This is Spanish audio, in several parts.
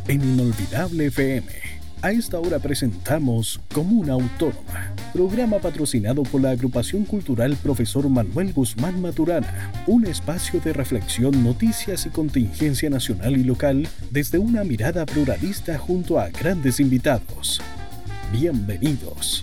en Inolvidable FM. A esta hora presentamos Comuna Autónoma, programa patrocinado por la agrupación cultural Profesor Manuel Guzmán Maturana, un espacio de reflexión, noticias y contingencia nacional y local desde una mirada pluralista junto a grandes invitados. Bienvenidos.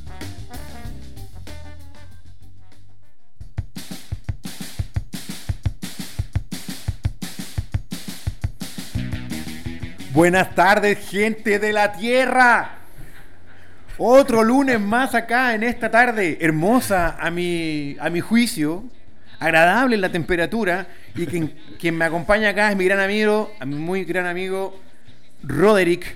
Buenas tardes, gente de la tierra. Otro lunes más acá en esta tarde hermosa a mi juicio, agradable en la temperatura, y quien me acompaña acá es mi gran amigo, mi muy gran amigo Roderick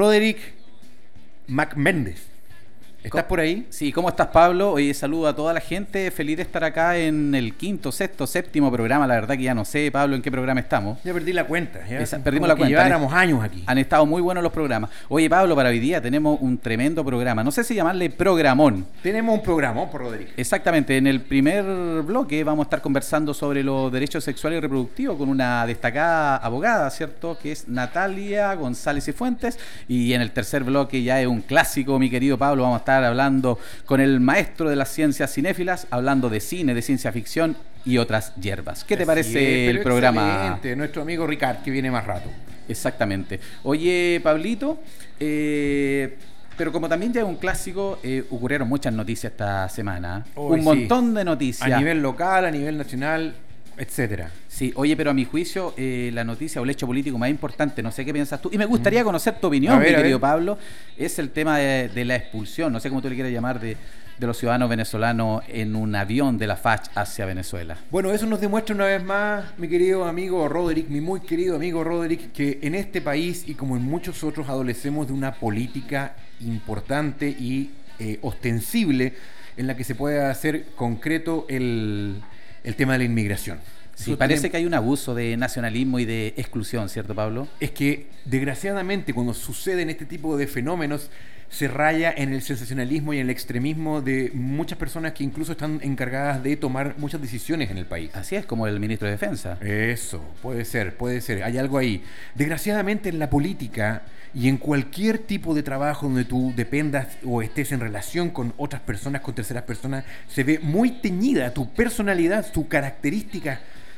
McMéndez. ¿Estás por ahí? Sí, ¿cómo estás, Pablo? Oye, saludo a toda la gente, feliz de estar acá en el quinto, sexto, séptimo programa. La verdad que ya no sé, Pablo, en qué programa estamos. Ya perdí la cuenta. Perdimos la cuenta. Lleváramos años aquí. Han estado muy buenos los programas. Oye, Pablo, para hoy día tenemos un tremendo programa. No sé si llamarle programón. Tenemos un programón por Roderick. Exactamente. En el primer bloque vamos a estar conversando sobre los derechos sexuales y reproductivos con una destacada abogada, ¿cierto? Que es Natalia González y Fuentes. Y en el tercer bloque ya es un clásico, mi querido Pablo. Vamos a estar hablando con el maestro de las ciencias cinéfilas, hablando de cine, de ciencia ficción y otras hierbas. ¿Qué te parece el programa? Excelente, nuestro amigo Ricard, que viene más rato. Exactamente. Oye, Pablito, pero como también ya es un clásico, ocurrieron muchas noticias esta semana. Un montón de noticias. A nivel local, a nivel nacional, etcétera. Sí, oye, pero a mi juicio, la noticia o el hecho político más importante, no sé qué piensas tú, y me gustaría conocer tu opinión, mi querido Pablo, es el tema de la expulsión, no sé cómo tú le quieres llamar, de los ciudadanos venezolanos en un avión de la FACH hacia Venezuela. Bueno, eso nos demuestra una vez más, mi querido amigo Roderick, mi muy querido amigo Roderick, que en este país y como en muchos otros adolecemos de una política importante y ostensible en la que se puede hacer concreto el tema de la inmigración. Sí, parece que hay un abuso de nacionalismo y de exclusión, ¿cierto, Pablo? Es que, desgraciadamente, cuando suceden este tipo de fenómenos, se raya en el sensacionalismo y en el extremismo de muchas personas que incluso están encargadas de tomar muchas decisiones en el país. Así es, como el ministro de Defensa. Eso, puede ser, hay algo ahí. Desgraciadamente, en la política y en cualquier tipo de trabajo donde tú dependas o estés en relación con otras personas, con terceras personas, se ve muy teñida tu personalidad, tu característica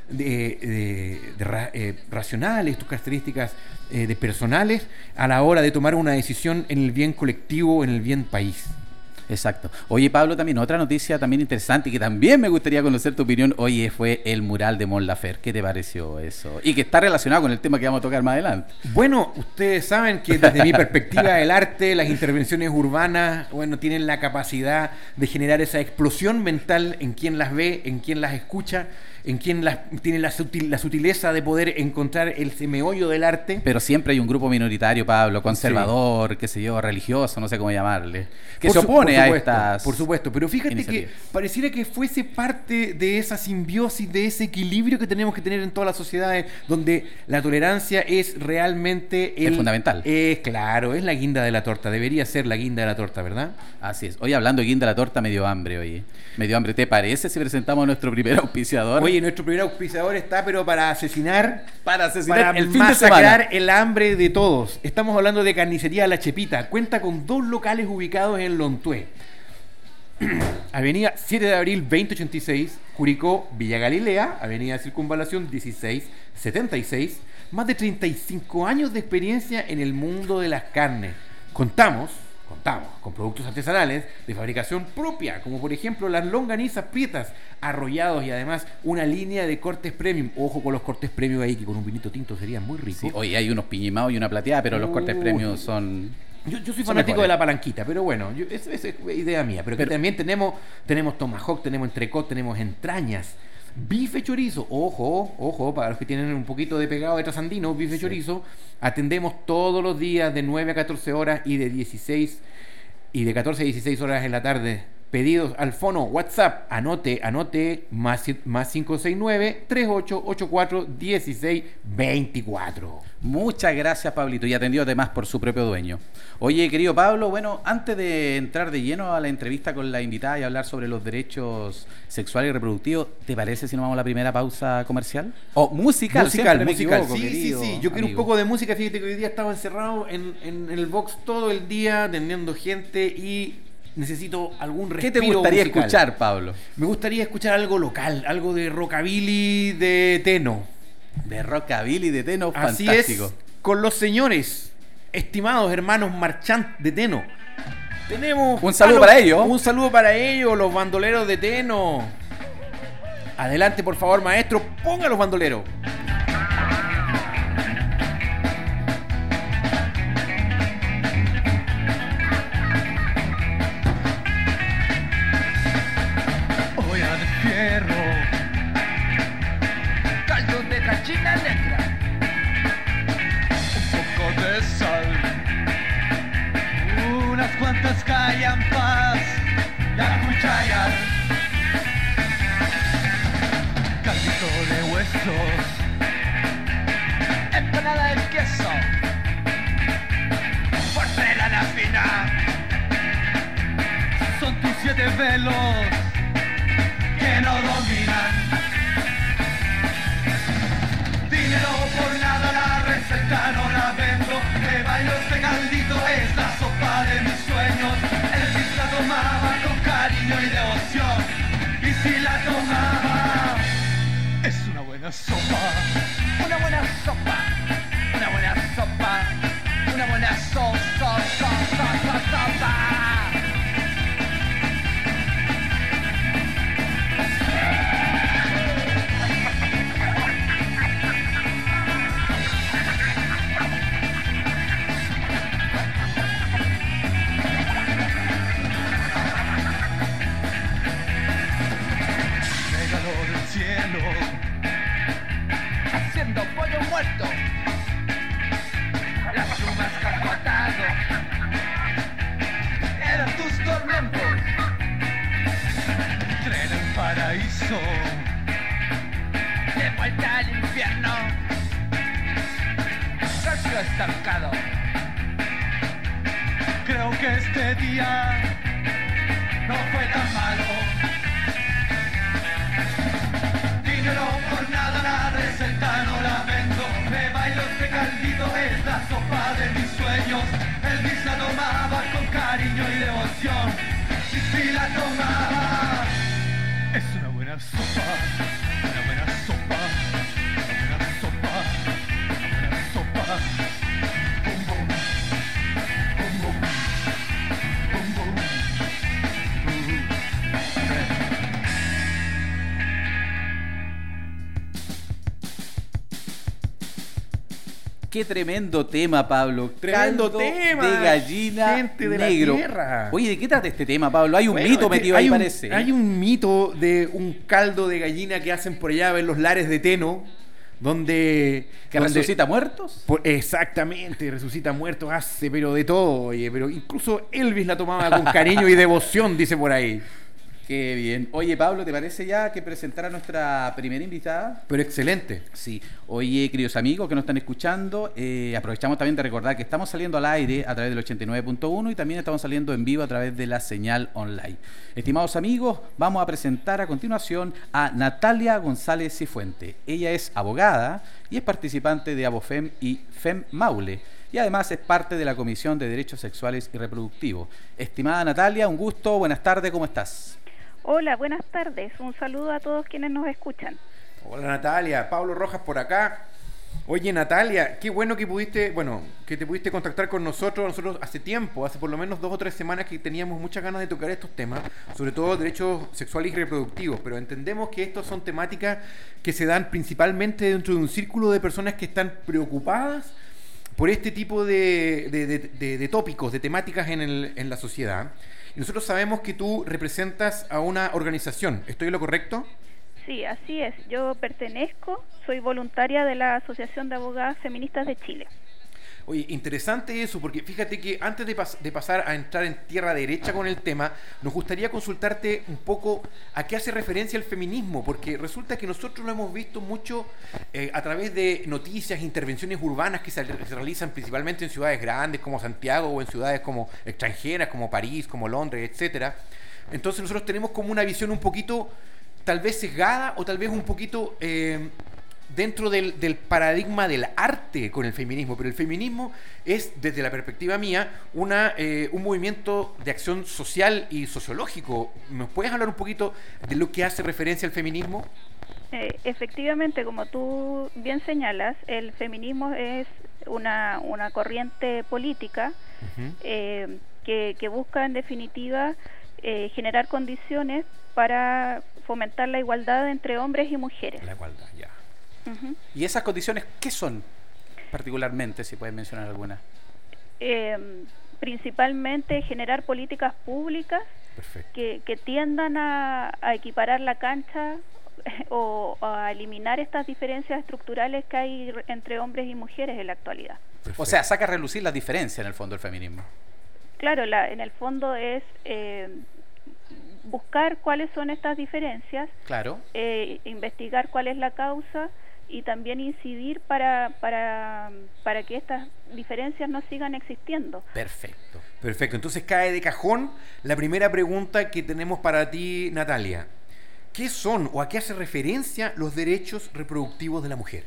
racionales, tus características de personales a la hora de tomar una decisión en el bien colectivo, en el bien país. Exacto. Oye, Pablo, también otra noticia también interesante y que también me gustaría conocer tu opinión, oye, fue el mural de Mon Laferte. ¿Qué te pareció eso? Y que está relacionado con el tema que vamos a tocar más adelante. Bueno, ustedes saben que desde mi perspectiva el arte, las intervenciones urbanas, bueno, tienen la capacidad de generar esa explosión mental en quien las ve, en quien las escucha, en quien tiene la sutileza de poder encontrar el meollo del arte. Pero siempre hay un grupo minoritario, Pablo, conservador, sí, qué sé yo, religioso, no sé cómo llamarle, que se opone a estas. Por supuesto, pero fíjate que pareciera que fuese parte de esa simbiosis, de ese equilibrio que tenemos que tener en todas las sociedades, donde la tolerancia es realmente es fundamental. Claro, es la guinda de la torta, debería ser la guinda de la torta, ¿verdad? Así es. Oye, hablando de guinda de la torta, me dio hambre, oye. Me dio hambre. ¿Te parece si presentamos a nuestro primer auspiciador? Oye, nuestro primer auspiciador está, pero para asesinar para el fin de semana, el hambre de todos. Estamos hablando de Carnicería La Chepita. Cuenta con 2 locales ubicados en Lontué. Avenida 7 de abril 2086, Curicó, Villa Galilea, Avenida Circunvalación 1676. Más de 35 años de experiencia en el mundo de las carnes. Contamos con productos artesanales de fabricación propia, como por ejemplo las longanizas prietas, arrollados y además una línea de cortes premium. Ojo con los cortes premium ahí, que con un vinito tinto serían muy ricos. Sí, oye, hay unos piñimados y una plateada, pero los cortes premium son... Yo soy fanático de la palanquita, pero bueno, esa es idea mía. Pero también tenemos tomahawk, tenemos entrecot, tenemos entrañas, bife chorizo. Ojo, para los que tienen un poquito de pegado de trasandino, bife chorizo. Atendemos todos los días de 9 a 14 horas y de 14 a 16 horas en la tarde pedidos al fono WhatsApp, anote, más 569-3884-1624. Muchas gracias, Pablito, y atendido además por su propio dueño. Oye, querido Pablo, bueno, antes de entrar de lleno a la entrevista con la invitada y hablar sobre los derechos sexuales y reproductivos, ¿te parece si nos vamos a la primera pausa comercial? O musical, musical. Equivoco, sí. Yo quiero un poco de música. Fíjate que hoy día estaba encerrado en el box todo el día atendiendo gente y necesito algún respiro. ¿Qué te gustaría musical. escuchar, Pablo? Me gustaría escuchar algo local, algo de rockabilly de Teno. De rockabilly de Teno, Así fantástico. es, con los señores, estimados hermanos marchant de Teno. Tenemos un saludo para ellos. Un saludo para ellos, los bandoleros de Teno. Adelante, por favor, maestro, ponga los bandoleros. Olla de fierro, caldo de gallina negra, un poco de sal, unas cuantas callampas y a cuchara, caldito de huesos, empanada de queso, porcelana fina, son tus 7 velos que no dominan. Dinero por nada, la receta no la vendo. Me bailo este caldito, es la sopa de mis sueños. Elvis la tomaba con cariño y devoción. Y si la tomaba, es una buena sopa. Una buena sopa. Una buena sopa. Una buena sopa. Haciendo pollo muerto, las plumas que has matado eran tus tormentos. Tren al paraíso, de vuelta al infierno, socio estancado. Creo que este día no fue tan malo. Dinero por nada, la receta no la vendo. Me bailo este caldito, es la sopa de mis sueños. Elvis la tomaba con cariño y devoción. Y si la tomaba, es una buena sopa. Una buena sopa. Una buena sopa. Una buena sopa. Bum bum. Bum bum. Bum bum. Qué tremendo tema, Pablo. Tremendo Caldo tema. de gallina Gente de negro. la tierra. Oye, ¿de qué trata este tema, Pablo? Hay un Bueno, mito metido ahí, hay parece. Hay un mito de un caldo de gallina que hacen por allá en los lares de Teno, donde ¿Resucita muertos? Exactamente, resucita muertos, hace pero de todo, oye, pero incluso Elvis la tomaba con cariño y devoción, dice por ahí. Qué bien. Oye, Pablo, ¿te parece ya que presentar a nuestra primera invitada? Pero excelente. Sí. Oye, queridos amigos que nos están escuchando, aprovechamos también de recordar que estamos saliendo al aire a través del 89.1 y también estamos saliendo en vivo a través de la señal online. Estimados amigos, vamos a presentar a continuación a Natalia González Cifuentes. Ella es abogada y es participante de Abofem y FEM Maule. Y además es parte de la Comisión de Derechos Sexuales y Reproductivos. Estimada Natalia, un gusto. Buenas tardes, ¿cómo estás? Hola, buenas tardes. Un saludo a todos quienes nos escuchan. Hola Natalia, Pablo Rojas por acá. Oye Natalia, qué bueno que te pudiste contactar con nosotros. Nosotros hace tiempo, hace por lo menos 2 o 3 semanas que teníamos muchas ganas de tocar estos temas, sobre todo derechos sexuales y reproductivos, pero entendemos que estos son temáticas que se dan principalmente dentro de un círculo de personas que están preocupadas por este tipo de tópicos, de temáticas en la sociedad. Y nosotros sabemos que tú representas a una organización, ¿estoy en lo correcto? Sí, así es. Yo pertenezco, soy voluntaria de la Asociación de Abogadas Feministas de Chile. Oye, interesante eso, porque fíjate que antes de pasar a entrar en tierra derecha con el tema, nos gustaría consultarte un poco a qué hace referencia el feminismo, porque resulta que nosotros lo hemos visto mucho a través de noticias, intervenciones urbanas que se realizan principalmente en ciudades grandes como Santiago o en ciudades como extranjeras, como París, como Londres, etcétera. Entonces nosotros tenemos como una visión un poquito, tal vez sesgada o tal vez un poquito... dentro del paradigma del arte con el feminismo, pero el feminismo es, desde la perspectiva mía, un movimiento de acción social y sociológico. ¿Nos puedes hablar un poquito de lo que hace referencia al feminismo? Efectivamente, como tú bien señalas, el feminismo es una corriente política que busca, en definitiva, generar condiciones para fomentar la igualdad entre hombres y mujeres. La igualdad, ya. ¿Y esas condiciones qué son particularmente, si puedes mencionar alguna? Principalmente generar políticas públicas que tiendan a equiparar la cancha o a eliminar estas diferencias estructurales que hay entre hombres y mujeres en la actualidad. Perfecto. O sea, saca a relucir las diferencias en el fondo del feminismo. Claro, en el fondo es buscar cuáles son estas diferencias, claro, investigar cuál es la causa y también incidir para que estas diferencias no sigan existiendo. Perfecto. Perfecto. Entonces cae de cajón la primera pregunta que tenemos para ti, Natalia. ¿Qué son o a qué hace referencia los derechos reproductivos de la mujer?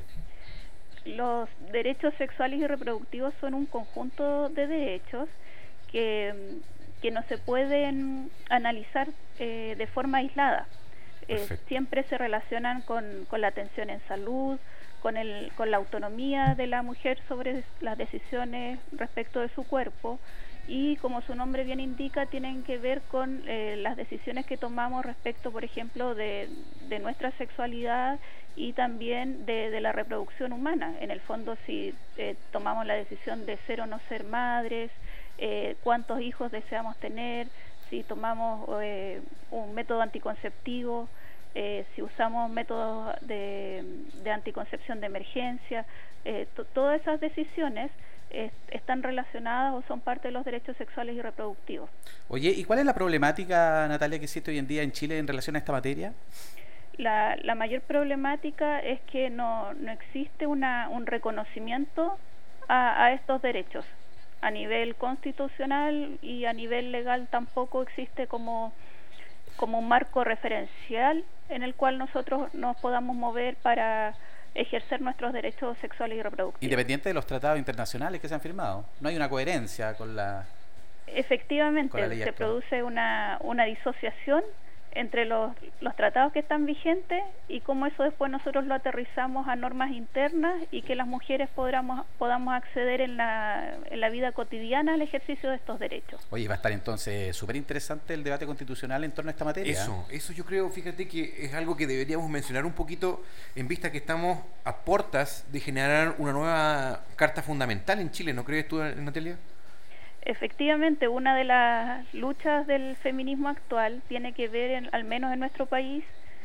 Los derechos sexuales y reproductivos son un conjunto de derechos que no se pueden analizar de forma aislada. Siempre se relacionan con la atención en salud, con la autonomía de la mujer sobre las decisiones respecto de su cuerpo y, como su nombre bien indica, tienen que ver con las decisiones que tomamos respecto, por ejemplo, de nuestra sexualidad y también de la reproducción humana. En el fondo, si tomamos la decisión de ser o no ser madres, cuántos hijos deseamos tener, si tomamos un método anticonceptivo, si usamos métodos de anticoncepción de emergencia, todas esas decisiones están relacionadas o son parte de los derechos sexuales y reproductivos. Oye, ¿y cuál es la problemática, Natalia, que existe hoy en día en Chile en relación a esta materia? La mayor problemática es que no existe un reconocimiento a estos derechos. A nivel constitucional y a nivel legal tampoco existe como un marco referencial en el cual nosotros nos podamos mover para ejercer nuestros derechos sexuales y reproductivos. Independiente de los tratados internacionales que se han firmado, no hay una coherencia con la... Efectivamente, con la ley se actual. produce una disociación entre los tratados que están vigentes y cómo eso después nosotros lo aterrizamos a normas internas y que las mujeres podamos acceder en la vida cotidiana al ejercicio de estos derechos. Oye, va a estar entonces súper interesante el debate constitucional en torno a esta materia. Eso yo creo, fíjate que es algo que deberíamos mencionar un poquito en vista que estamos a puertas de generar una nueva carta fundamental en Chile, ¿no crees tú, Natalia? Efectivamente, una de las luchas del feminismo actual tiene que ver, al menos en nuestro país,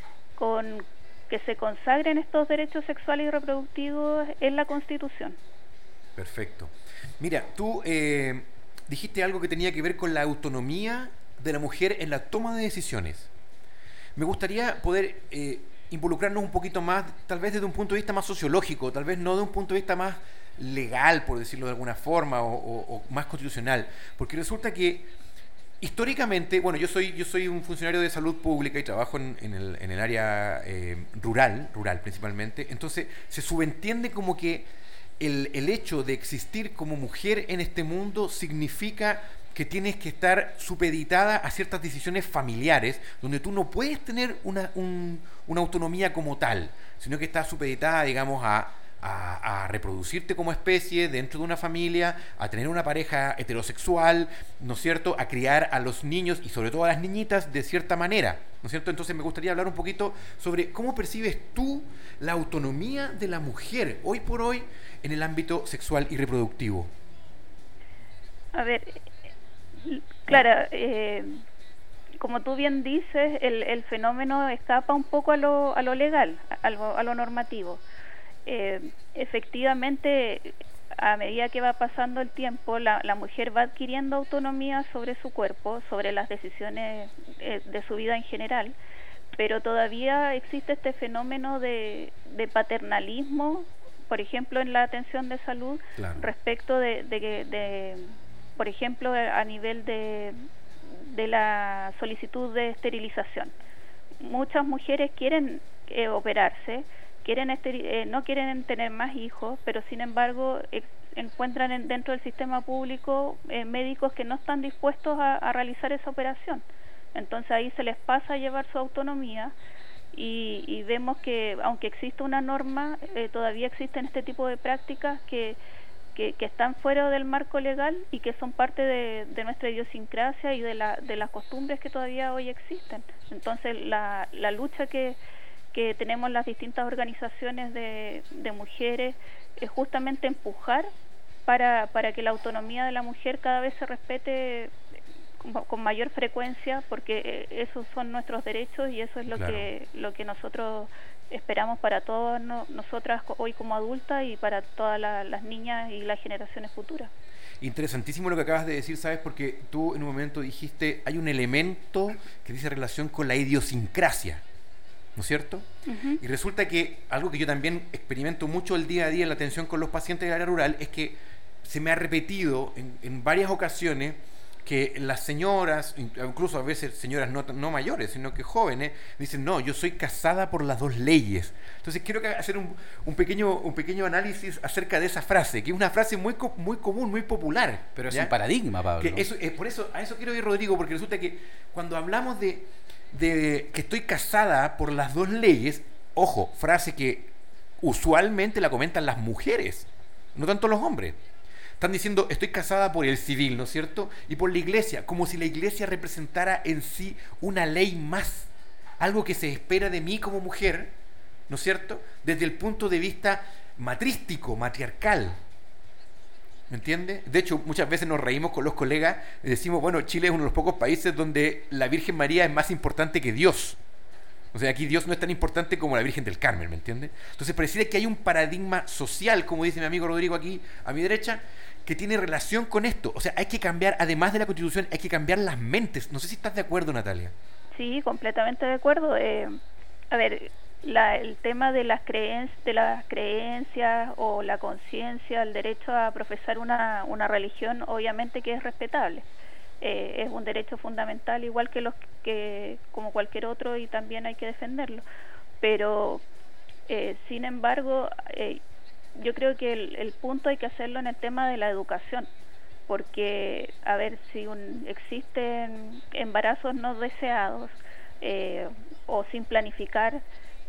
con que se consagren estos derechos sexuales y reproductivos en la Constitución. Perfecto. Mira, tú dijiste algo que tenía que ver con la autonomía de la mujer en la toma de decisiones. Me gustaría poder involucrarnos un poquito más, tal vez desde un punto de vista más sociológico, tal vez no de un punto de vista más legal, por decirlo de alguna forma, o más constitucional, porque resulta que históricamente, bueno, yo soy un funcionario de salud pública y trabajo en el área rural principalmente, entonces se subentiende como que el hecho de existir como mujer en este mundo significa que tienes que estar supeditada a ciertas decisiones familiares, donde tú no puedes tener una autonomía como tal, sino que estás supeditada, digamos, a reproducirte como especie dentro de una familia, a tener una pareja heterosexual, ¿no es cierto?, a criar a los niños y sobre todo a las niñitas de cierta manera, ¿no es cierto? Entonces me gustaría hablar un poquito sobre cómo percibes tú la autonomía de la mujer hoy por hoy en el ámbito sexual y reproductivo. A ver, claro, como tú bien dices, el fenómeno escapa un poco a lo legal, a lo normativo. Efectivamente, a medida que va pasando el tiempo, la mujer va adquiriendo autonomía sobre su cuerpo, sobre las decisiones de su vida en general, pero todavía existe este fenómeno de paternalismo, por ejemplo, en la atención de salud, Claro. respecto de, por ejemplo, a nivel de la solicitud de esterilización. Muchas mujeres quieren operarse, no quieren tener más hijos, pero sin embargo encuentran dentro del sistema público médicos que no están dispuestos a realizar esa operación. Entonces ahí se les pasa a llevar su autonomía y vemos que aunque existe una norma, todavía existen este tipo de prácticas que están fuera del marco legal y que son parte de nuestra idiosincrasia y de las costumbres que todavía hoy existen. Entonces la lucha que tenemos las distintas organizaciones de mujeres es justamente empujar para que la autonomía de la mujer cada vez se respete con mayor frecuencia, porque esos son nuestros derechos y eso es lo Claro. lo que nosotros esperamos para todas nosotras hoy como adultas y para todas las niñas y las generaciones futuras. Interesantísimo lo que acabas de decir, ¿sabes? Porque tú en un momento dijiste, hay un elemento que dice relación con la idiosincrasia, ¿no es cierto? Uh-huh. Y resulta que algo que yo también experimento mucho el día a día en la atención con los pacientes del área rural es que se me ha repetido en varias ocasiones que las señoras, incluso a veces señoras no mayores, sino que jóvenes, dicen, no, yo soy casada por las dos leyes. Entonces quiero hacer un pequeño análisis acerca de esa frase, que es una frase muy común, muy popular. Pero es ¿ya? un paradigma, Pablo. Que eso, por eso, a eso quiero ir, Rodrigo, porque resulta que cuando hablamos de que estoy casada por las dos leyes, ojo, frase que usualmente la comentan las mujeres, no tanto los hombres. Están diciendo, estoy casada por el civil, ¿no es cierto? Y por la iglesia, como si la iglesia representara en sí una ley más, algo que se espera de mí como mujer, ¿no es cierto? Desde el punto de vista matrístico, matriarcal. ¿Me entiendes? De hecho, muchas veces nos reímos con los colegas y decimos, bueno, Chile es uno de los pocos países donde la Virgen María es más importante que Dios. O sea, aquí Dios no es tan importante como la Virgen del Carmen, ¿me entiendes? Entonces pareciera que hay un paradigma social, como dice mi amigo Rodrigo aquí a mi derecha, que tiene relación con esto. O sea, hay que cambiar, además de la Constitución, hay que cambiar las mentes. No sé si estás de acuerdo, Natalia. Sí, completamente de acuerdo. A ver, el tema de las creencias o la conciencia, el derecho a profesar una religión, obviamente que es respetable. Es un derecho fundamental, igual que como cualquier otro, y también hay que defenderlo. Pero, sin embargo, yo creo que el punto hay que hacerlo en el tema de la educación, porque, a ver, si existen embarazos no deseados o sin planificar,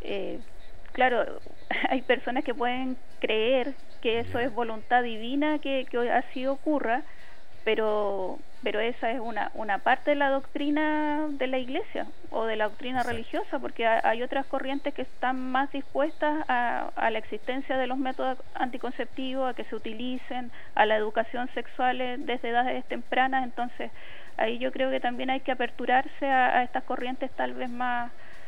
claro, hay personas que pueden creer que eso es voluntad divina, que así ocurra, pero esa es una parte de la doctrina de la iglesia o de la doctrina Exacto. religiosa, porque hay otras corrientes que están más dispuestas a la existencia de los métodos anticonceptivos, a que se utilicen, a la educación sexual desde edades tempranas. Entonces ahí yo creo que también hay que aperturarse a estas corrientes tal vez más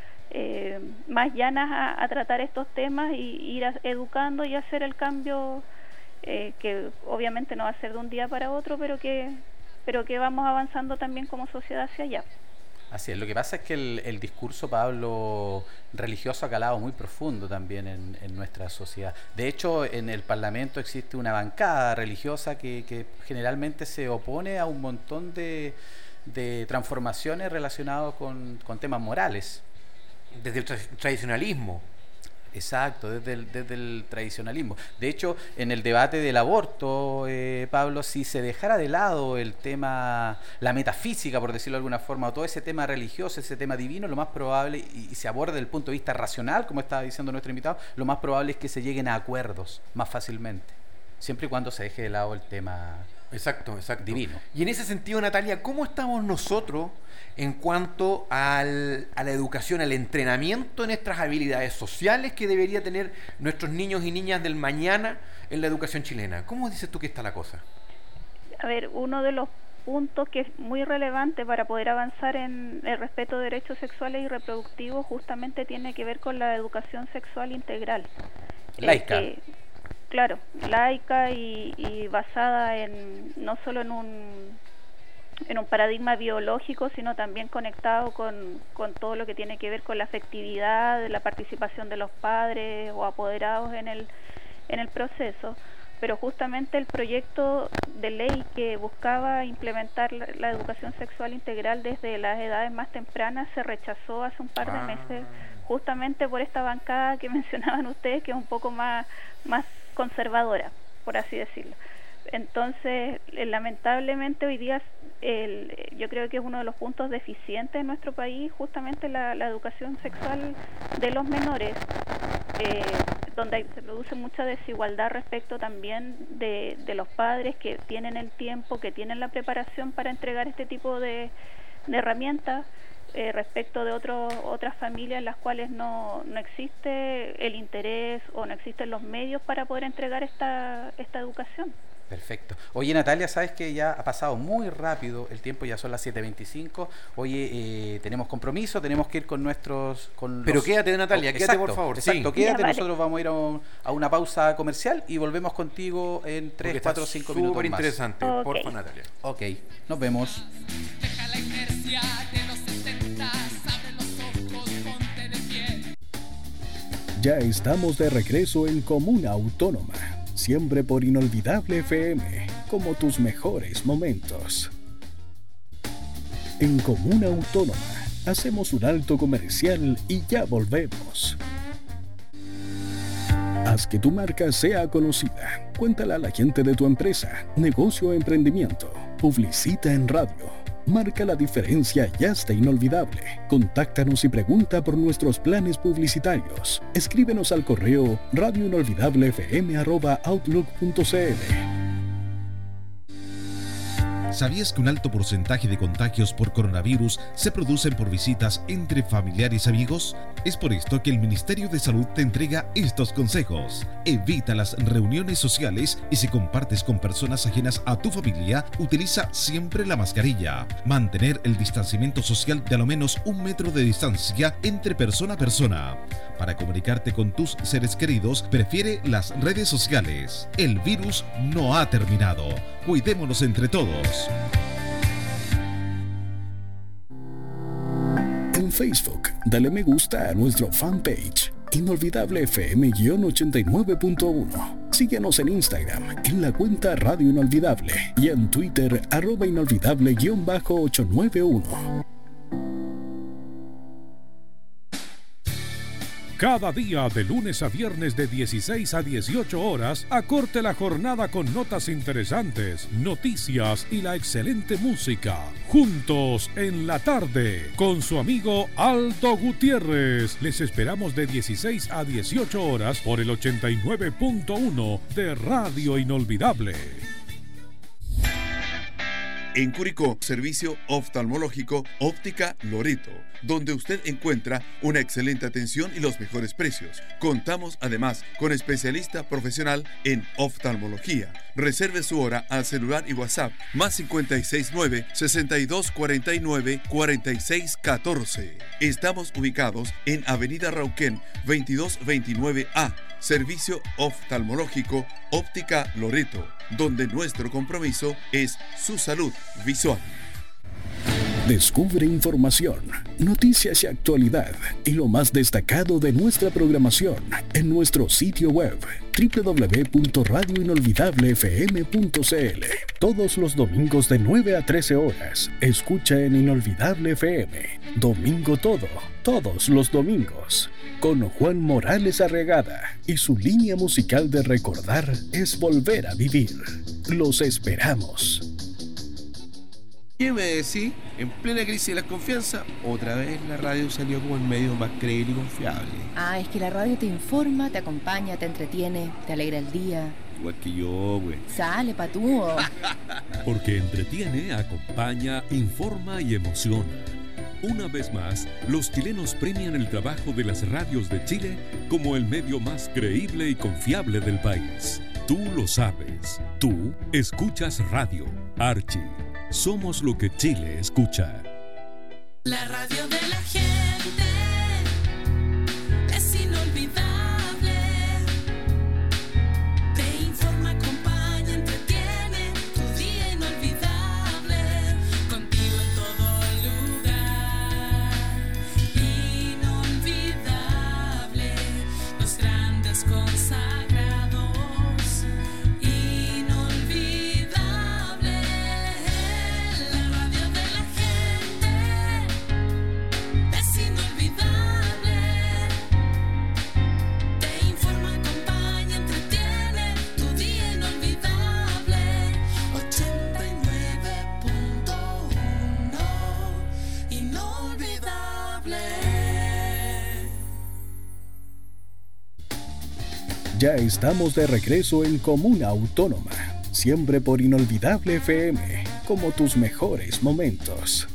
llanas a tratar estos temas y ir educando y hacer el cambio, que obviamente no va a ser de un día para otro, pero que vamos avanzando también como sociedad hacia allá. Así es, lo que pasa es que el discurso, Pablo, religioso ha calado muy profundo también en nuestra sociedad. De hecho, en el Parlamento existe una bancada religiosa que generalmente se opone a un montón de transformaciones relacionadas con temas morales. Desde el tradicionalismo. Exacto, desde el tradicionalismo. De hecho, en el debate del aborto, Pablo, si se dejara de lado el tema, la metafísica, por decirlo de alguna forma, o todo ese tema religioso, ese tema divino, lo más probable, y se aborda desde el punto de vista racional, como estaba diciendo nuestro invitado, lo más probable es que se lleguen a acuerdos más fácilmente, siempre y cuando se deje de lado el tema Exacto. divino. Y en ese sentido, Natalia, ¿cómo estamos nosotros en cuanto a la educación, al entrenamiento en nuestras habilidades sociales que debería tener nuestros niños y niñas del mañana en la educación chilena? ¿Cómo dices tú que está la cosa? A ver, uno de los puntos que es muy relevante para poder avanzar en el respeto de derechos sexuales y reproductivos justamente tiene que ver con la educación sexual integral. Laica. claro, laica y basada en no solo en un paradigma biológico, sino también conectado con todo lo que tiene que ver con la afectividad, la participación de los padres o apoderados en el proceso. Pero justamente el proyecto de ley que buscaba implementar la educación sexual integral desde las edades más tempranas se rechazó hace un par de meses, justamente por esta bancada que mencionaban ustedes, que es un poco más conservadora, por así decirlo. Entonces, lamentablemente hoy día yo creo que es uno de los puntos deficientes en nuestro país, justamente la educación sexual de los menores, donde se produce mucha desigualdad respecto también de los padres que tienen el tiempo, que tienen la preparación para entregar este tipo de herramientas, respecto de otras familias en las cuales no existe el interés o no existen los medios para poder entregar esta educación. Perfecto. Oye, Natalia, sabes que ya ha pasado muy rápido el tiempo, ya son las 7:25. Oye, tenemos compromiso, tenemos que ir con nuestros... Pero quédate, Natalia, quédate, por favor. Exacto, sí. Quédate, Ya, vale. Nosotros vamos a ir a una pausa comercial y volvemos contigo en 3, 4, 5 minutos Súper más. interesante, Ok. porfa, Natalia. Ok, nos vemos. Deja la inercia de los 60, abre los ojos, ponte de pie. Ya estamos de regreso en Comuna Autónoma, siempre por Inolvidable FM, como tus mejores momentos. En Comuna Autónoma, hacemos un alto comercial y ya volvemos. Haz que tu marca sea conocida. Cuéntala a la gente de tu empresa, negocio o emprendimiento. Publicita en radio. Marca la diferencia y hazte inolvidable. Contáctanos y pregunta por nuestros planes publicitarios. Escríbenos al correo radioinolvidablefm@outlook.cl. ¿Sabías que un alto porcentaje de contagios por coronavirus se producen por visitas entre familiares y amigos? Es por esto que el Ministerio de Salud te entrega estos consejos. Evita las reuniones sociales y si compartes con personas ajenas a tu familia, utiliza siempre la mascarilla. Mantener el distanciamiento social de a lo menos 1 metro de distancia entre persona a persona. Para comunicarte con tus seres queridos, prefiere las redes sociales. El virus no ha terminado. Cuidémonos entre todos. En Facebook, dale me gusta a nuestro fanpage, Inolvidable FM-89.1. Síguenos en Instagram, en la cuenta Radio Inolvidable, y en Twitter, @inolvidable_891. Cada día de lunes a viernes de 16 a 18 horas, acorte la jornada con notas interesantes, noticias y la excelente música. Juntos en la tarde, con su amigo Aldo Gutiérrez. Les esperamos de 16 a 18 horas por el 89.1 de Radio Inolvidable. En Curicó, servicio oftalmológico Óptica Loreto, donde usted encuentra una excelente atención y los mejores precios. Contamos además con especialista profesional en oftalmología. Reserve su hora al celular y WhatsApp más 569-6249-4614. Estamos ubicados en Avenida Rauquén 2229A. Servicio oftalmológico Óptica Loreto, donde nuestro compromiso es su salud visual. Descubre información, noticias y actualidad y lo más destacado de nuestra programación en nuestro sitio web www.radioinolvidablefm.cl. Todos los domingos de 9 a 13 horas. Escucha en Inolvidable FM. Domingo todo, todos los domingos. Con Juan Morales Arregada y su línea musical de recordar es volver a vivir. Los esperamos. ¿Qué me decís? En plena crisis de la confianza, otra vez la radio salió como el medio más creíble y confiable. Ah, es que la radio te informa, te acompaña, te entretiene, te alegra el día. Igual que yo, güey. Sale, patúo. Porque entretiene, acompaña, informa y emociona. Una vez más, los chilenos premian el trabajo de las radios de Chile como el medio más creíble y confiable del país. Tú lo sabes. Tú escuchas radio. Archie. Somos lo que Chile escucha. La radio de la gente es inolvidable. Ya estamos de regreso en Comuna Autónoma, siempre por Inolvidable FM, como tus mejores momentos.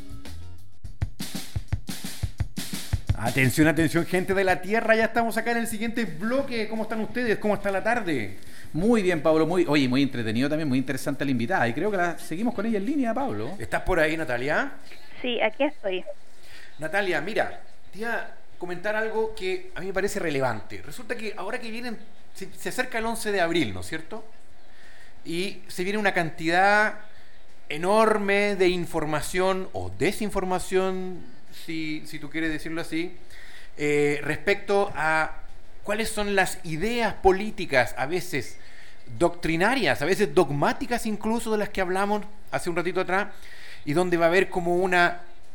Atención, atención, gente de la Tierra, ya estamos acá en el siguiente bloque. ¿Cómo están ustedes? ¿Cómo está la tarde? Muy bien, Pablo, muy entretenido también, muy interesante la invitada. Y creo que seguimos con ella en línea, Pablo. ¿Estás por ahí, Natalia? Sí, aquí estoy. Natalia, mira, te iba a comentar algo que a mí me parece relevante. Resulta que ahora que vienen, se acerca el 11 de abril, ¿no es cierto? Y se viene una cantidad enorme de información o desinformación, si tú quieres decirlo así, respecto a cuáles son las ideas políticas, a veces doctrinarias, a veces dogmáticas incluso, de las que hablamos hace un ratito atrás, y donde va a haber como una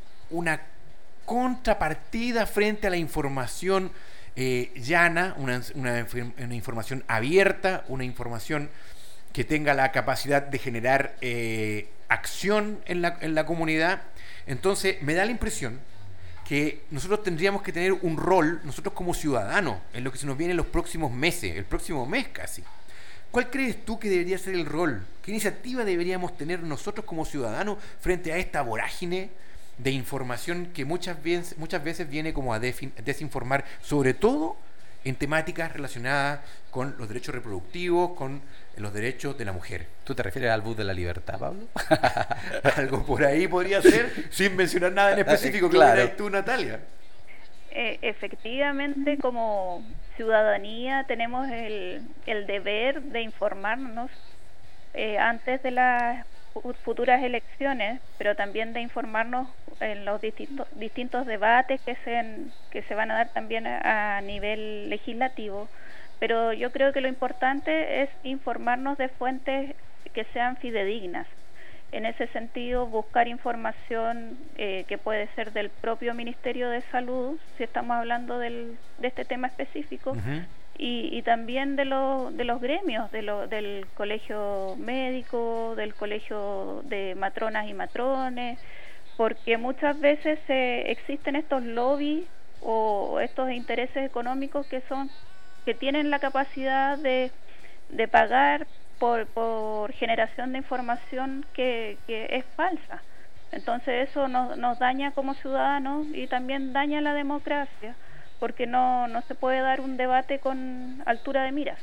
contrapartida frente a la información llana, una información abierta, una información que tenga la capacidad de generar acción en la comunidad. Entonces me da la impresión que nosotros tendríamos que tener un rol, nosotros como ciudadanos, en lo que se nos viene en los próximos meses, el próximo mes casi. ¿Cuál crees tú que debería ser el rol? ¿Qué iniciativa deberíamos tener nosotros como ciudadanos frente a esta vorágine de información que muchas veces viene como a desinformar, sobre todo en temáticas relacionadas con los derechos reproductivos, con los derechos de la mujer? ¿Tú te refieres al bus de la libertad, Pablo? Algo por ahí podría ser, sin mencionar nada en específico. Claro. ¿Qué dirás tú, Natalia? Efectivamente, como ciudadanía tenemos el deber de informarnos antes de las futuras elecciones, pero también de informarnos en los distintos debates que se van a dar también a nivel legislativo. Pero yo creo que lo importante es informarnos de fuentes que sean fidedignas. En ese sentido, buscar información que puede ser del propio Ministerio de Salud, si estamos hablando de este tema específico, Uh-huh. y también de los gremios, del colegio médico, del colegio de matronas y matrones, porque muchas veces existen estos lobbies o estos intereses económicos que tienen la capacidad de pagar por generación de información que es falsa. Entonces eso nos daña como ciudadanos y también daña la democracia, porque no se puede dar un debate con altura de miras.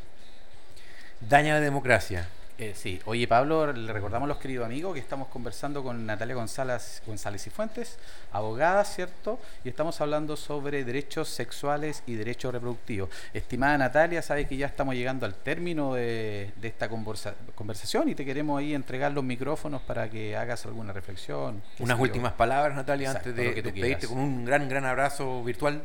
Daña la democracia. Sí. Oye, Pablo, le recordamos a los queridos amigos que estamos conversando con Natalia González y Fuentes, abogada, ¿cierto? Y estamos hablando sobre derechos sexuales y derechos reproductivos. Estimada Natalia, sabes que ya estamos llegando al término de esta conversación y te queremos ahí entregar los micrófonos para que hagas alguna reflexión. Unas últimas palabras, Natalia, Exacto, antes de despedirte con un gran abrazo virtual.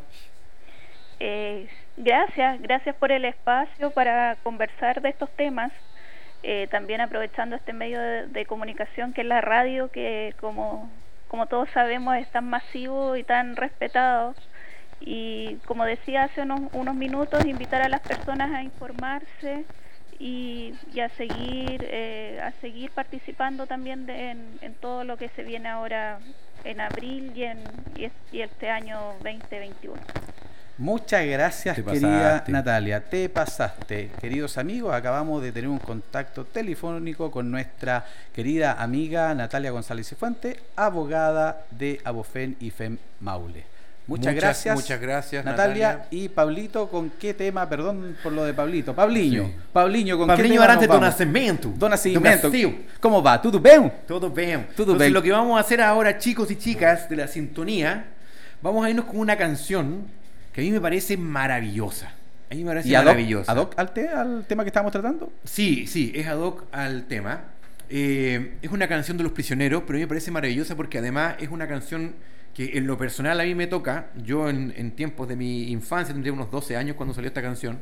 Gracias por el espacio para conversar de estos temas. También aprovechando este medio de comunicación que es la radio, que como todos sabemos es tan masivo y tan respetado, y como decía hace unos minutos, invitar a las personas a informarse y a seguir participando también en todo lo que se viene ahora en abril y este año 2021. Muchas gracias, querida Natalia, te pasaste. Queridos amigos, acabamos de tener un contacto telefónico con nuestra querida amiga Natalia González y Fuentes, abogada de Abofen y FEM Maule. Muchas gracias, Natalia. Y Pablito, ¿con qué tema? Perdón por lo de Pablito. Pabliño, Sí. Pabliño, ¿con Pabliño qué tema Arante nos do vamos? Nascimento. Do Nascimento. Do Brasil. ¿Cómo va? ¿Tudo bien? Todo bien. Tudo Entonces, bien. lo que vamos a hacer ahora, chicos y chicas de la sintonía, vamos a irnos con una canción que a mí me parece maravillosa. A mí me parece maravillosa. ¿Ad hoc al tema que estábamos tratando? Sí, es ad hoc al tema. Es una canción de Los Prisioneros, pero a mí me parece maravillosa porque además es una canción que en lo personal a mí me toca. Yo en tiempos de mi infancia, tendría unos 12 años cuando salió esta canción.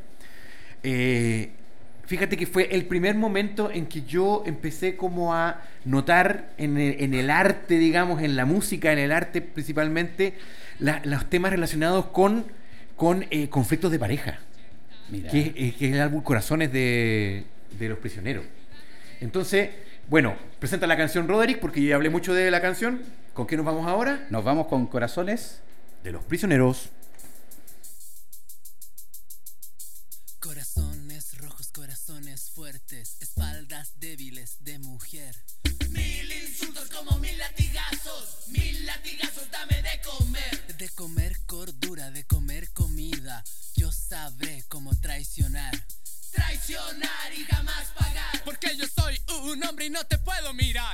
Fíjate que fue el primer momento en que yo empecé como a notar en el arte, digamos, en la música, en el arte principalmente, los temas relacionados con conflictos de pareja. Mira. Que es el álbum Corazones de Los Prisioneros. Entonces, bueno, presenta la canción Roderick, porque yo ya hablé mucho de la canción. ¿Con qué nos vamos ahora? Nos vamos con Corazones de Los Prisioneros. Corazón nombre y no te puedo mirar.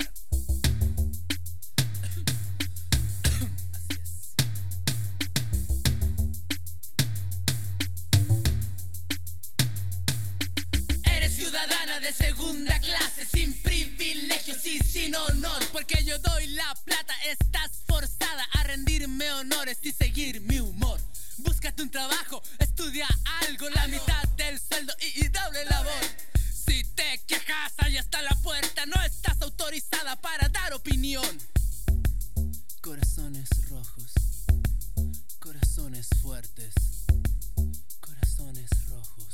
Eres ciudadana de segunda clase, sin privilegios y sin honor. Porque yo doy la plata, estás forzada a rendirme honores y seguir mi humor. Búscate un trabajo, estudia algo, la mitad del sueldo y doble labor. Si te quejas, ahí está la puerta, no estás autorizada para dar opinión. Corazones rojos, corazones fuertes, corazones rojos.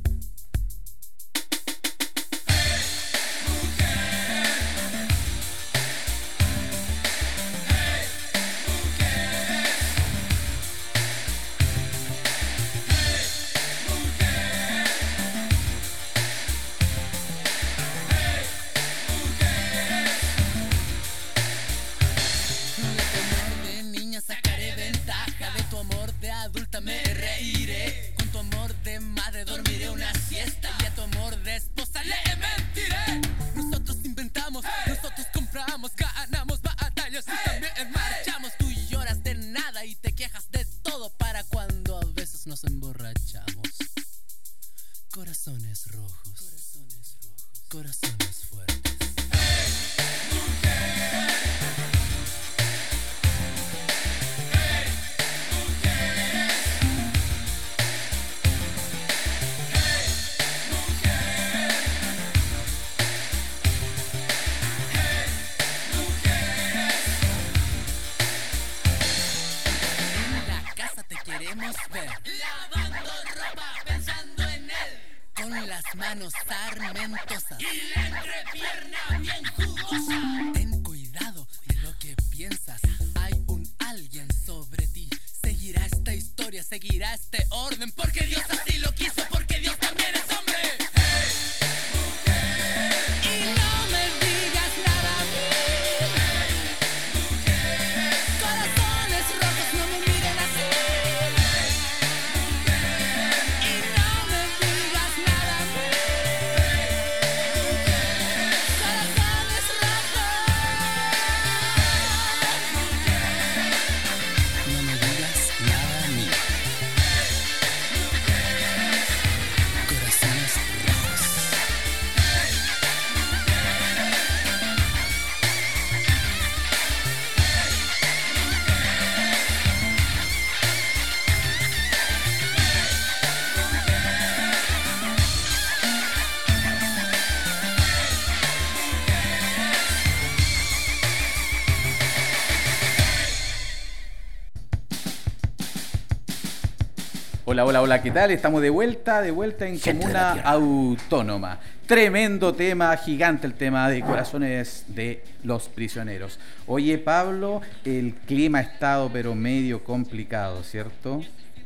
Adulta me reiré, con tu amor de madre dormiré una siesta y a tu amor de esposa le mentiré. Nosotros inventamos, nosotros compramos, ganamos batallas y también marchamos. Tú lloras de nada y te quejas de todo para cuando a veces nos emborrachamos. Corazones rojos, corazones rojos, corazones fuertes. Ver. Lavando ropa pensando en él, con las manos sarmentosas y la entrepierna bien jugosa. Ten cuidado de lo que piensas, hay un alguien sobre ti. Seguirá esta historia, seguirá este orden, porque Dios así lo quiso, porque Dios también es hombre. Y no me digas nada a mí. Corazones rojos, no me miren así. Hola, ¿qué tal? Estamos de vuelta en Comuna Autónoma. Tremendo tema, gigante el tema de Corazones de los Prisioneros. Oye, Pablo, el clima ha estado pero medio complicado, ¿cierto?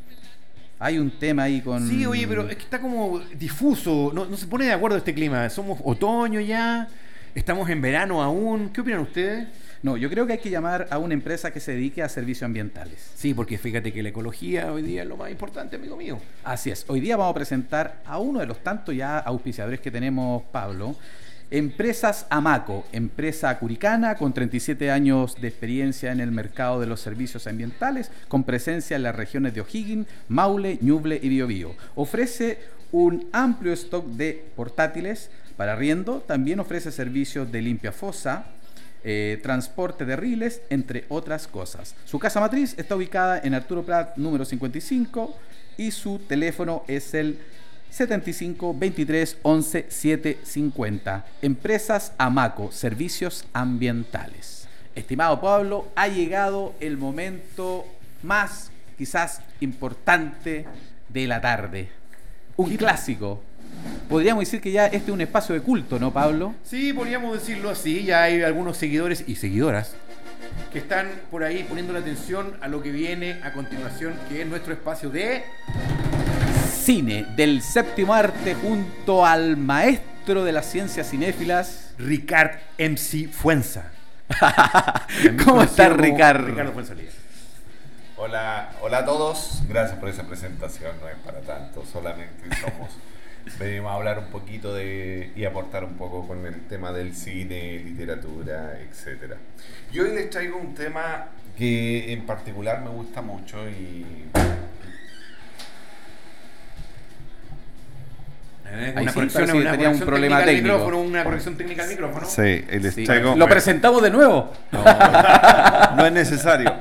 Hay un tema ahí con... Sí, oye, pero es que está como difuso, no se pone de acuerdo este clima. Somos otoño ya, estamos en verano aún. ¿Qué opinan ustedes? No, yo creo que hay que llamar a una empresa que se dedique a servicios ambientales. Sí, porque fíjate que la ecología hoy día es lo más importante, amigo mío. Así es. Hoy día vamos a presentar a uno de los tantos ya auspiciadores que tenemos, Pablo. Empresas Amaco, empresa curicana con 37 años de experiencia en el mercado de los servicios ambientales, con presencia en las regiones de O'Higgins, Maule, Ñuble y Biobío. Ofrece un amplio stock de portátiles para arriendo, también ofrece servicios de limpia fosa, transporte de riles, entre otras cosas. Su casa matriz está ubicada en Arturo Prat número 55 y su teléfono es el 75 23 11 750. Empresas Amaco, servicios ambientales. Estimado Pablo, ha llegado el momento más quizás importante de la tarde. Un clásico. Podríamos decir que ya este es un espacio de culto, ¿no, Pablo? Sí, podríamos decirlo así. Ya hay algunos seguidores y seguidoras que están por ahí poniendo la atención a lo que viene a continuación, que es nuestro espacio de... Cine del séptimo arte, junto al maestro de las ciencias cinéfilas, Ricard MC Fuenza. ¿Cómo estás, Ricard? Ricardo Fuenza Líder. Hola a todos, gracias por esa presentación, no es para tanto, solamente somos venimos a hablar un poquito y aportar un poco con el tema del cine, literatura, etcétera. Y hoy les traigo un tema que en particular me gusta mucho y... Una sí, corrección, parece que tenía un problema técnico. Una corrección técnica al micrófono. Sí, les traigo... ¿Lo presentamos de nuevo? No es necesario.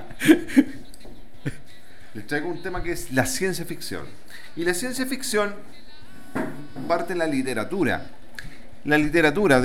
Les traigo un tema que es la ciencia ficción. Y la ciencia ficción parte de la literatura. La literatura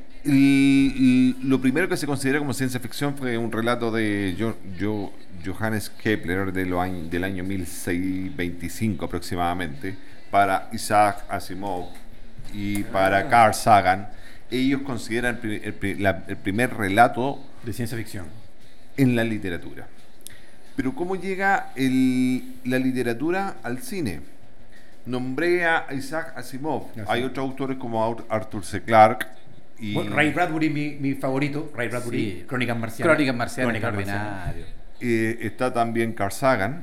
lo primero que se considera como ciencia ficción fue un relato de Johannes Kepler del año 1625 aproximadamente, para Isaac Asimov y para Carl Sagan. Ellos consideran el primer relato de ciencia ficción en la literatura. Pero ¿cómo llega la literatura al cine? Nombré a Isaac Asimov. Hay otros autores como Arthur C. Clarke y Ray Bradbury, mi favorito. Ray Bradbury, Sí. Crónicas Marcianas. Crónicas Marcianas, extraordinario. está también Carl Sagan.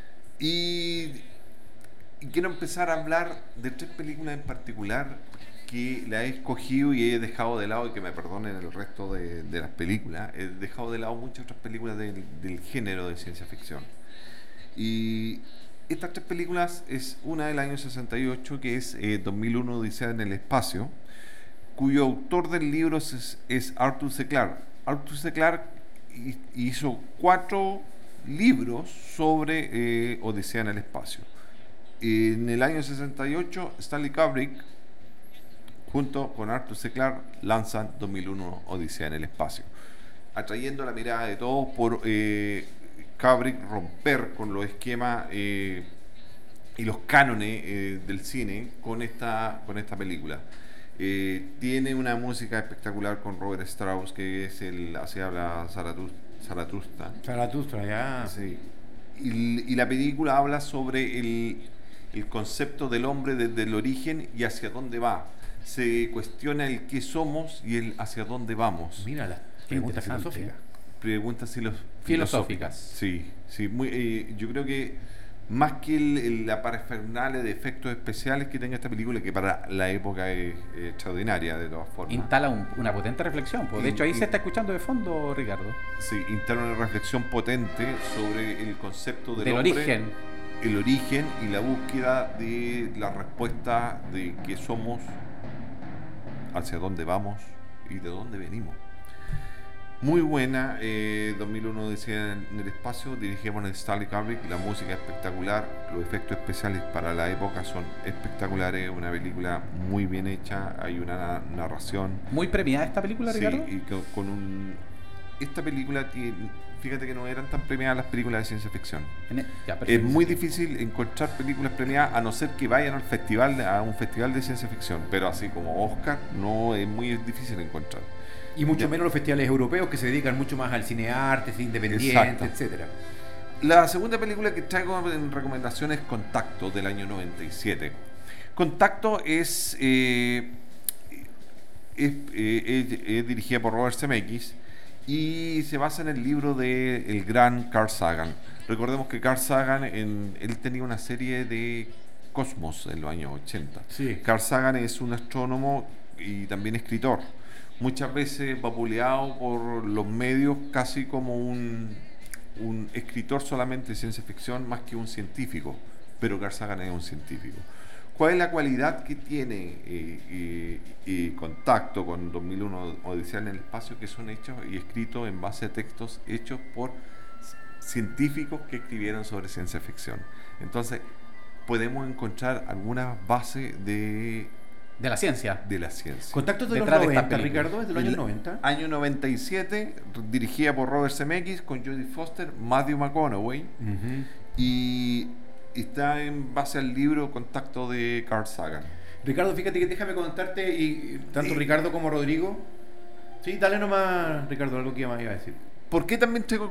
Y quiero empezar a hablar de 3 películas en particular que la he escogido y he dejado de lado, y que me perdonen el resto de las películas. He dejado de lado muchas otras películas del género de ciencia ficción. Y estas 3 películas es una del año 68, que es 2001 Odisea en el espacio, cuyo autor del libro es Arthur C. Clarke. Arthur C. Clarke hizo 4 libros sobre Odisea en el espacio. En el año 68, Stanley Kubrick, junto con Arthur C. Clarke, lanzan 2001 Odisea en el espacio, atrayendo la mirada de todos por Kubrick romper con los esquemas y los cánones del cine con esta película. Tiene una música espectacular con Robert Strauss, que es Así habla Zaratustra. Zaratustra, ya. Sí. Y la película habla sobre el concepto del hombre desde el origen y hacia dónde va. Se cuestiona el qué somos y el hacia dónde vamos. Mira las preguntas filosóficas. Preguntas Filosóficas. Sí. Yo creo que más que la parafernalia de efectos especiales que tenga esta película, que para la época es extraordinaria de todas formas. Instala una potente reflexión. Pues. De hecho, ahí se está escuchando de fondo, Ricardo. Sí, instala una reflexión potente sobre el concepto del hombre, origen. El origen y la búsqueda de la respuesta de qué somos, hacia dónde vamos y de dónde venimos. Muy buena. 2001 decía en el espacio, dirigida por Stanley Kubrick. La música espectacular, los efectos especiales para la época son espectaculares. Una película muy bien hecha, hay una narración muy premiada esta película, Ricardo. Sí, y esta película fíjate que no eran tan premiadas las películas de ciencia ficción. Es muy difícil encontrar películas premiadas, a no ser que vayan a un festival de ciencia ficción, pero así como Oscar no es muy difícil encontrar. Y mucho menos los festivales europeos, que se dedican mucho más al cine arte, cine independiente, etcétera. La segunda película que traigo en recomendación es Contacto, del año 97. Contacto es dirigida por Robert Zemeckis y se basa en el libro del gran Carl Sagan. Recordemos que Carl Sagan él tenía una serie de Cosmos en los años 80. Sí. Carl Sagan es un astrónomo y también escritor, muchas veces vapuleado por los medios casi como un escritor solamente de ciencia ficción más que un científico, pero Carl Sagan es un científico. ¿Cuál es la cualidad que tiene Contacto con 2001 Odisea en el espacio? Que son hechos y escritos en base a textos hechos por científicos que escribieron sobre ciencia ficción. Entonces podemos encontrar algunas bases de la ciencia. Contacto de los 90, Ricardo, es del año 90. Año 97, dirigida por Robert Zemeckis, con Jodie Foster, Matthew McConaughey, y está en base al libro Contacto de Carl Sagan. Ricardo, fíjate que déjame contarte, y tanto Ricardo como Rodrigo. Sí, dale nomás, Ricardo, algo que más iba a decir. ¿Por qué también tengo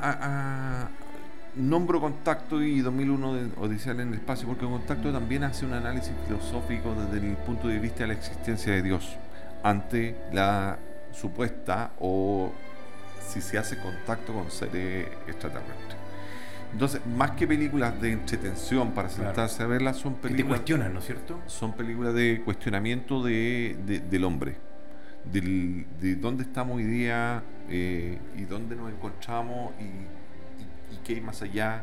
nombro Contacto y 2001 de Odisea en el espacio? Porque Contacto también hace un análisis filosófico desde el punto de vista de la existencia de Dios ante la supuesta, o si se hace contacto con seres extraterrestres. Entonces, más que películas de entretención para sentarse a verlas, son Que te películas... cuestionan, ¿no es cierto? Son películas de cuestionamiento del hombre, de dónde estamos hoy día y dónde nos encontramos y qué hay más allá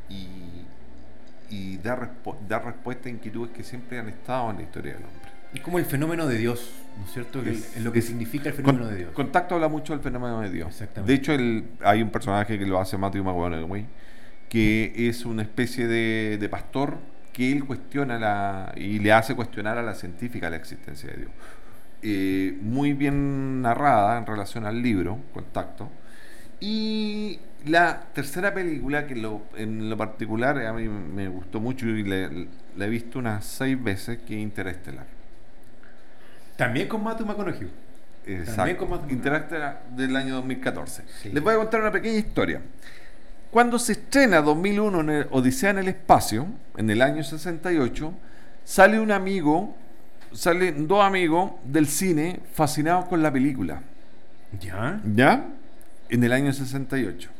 y dar respuesta a inquietudes que siempre han estado en la historia del hombre. Es como el fenómeno de Dios, ¿no es cierto? Es lo que significa el fenómeno de Dios. Contacto habla mucho del fenómeno de Dios. Exactamente. De hecho, hay un personaje que lo hace Matthew McConaughey, que es una especie de pastor que él cuestiona y le hace cuestionar a la científica la existencia de Dios. Muy bien narrada en relación al libro, Contacto. Y la tercera película, que en lo particular a mí me gustó mucho y la he visto unas 6 veces, que es Interestelar. También con Matthew McConaughey. Exacto. Interestelar del año 2014. Sí. Les voy a contar una pequeña historia. Cuando se estrena 2001 en Odisea en el espacio, en el año 68, salen dos amigos del cine fascinados con la película. ¿Ya? En el año 68.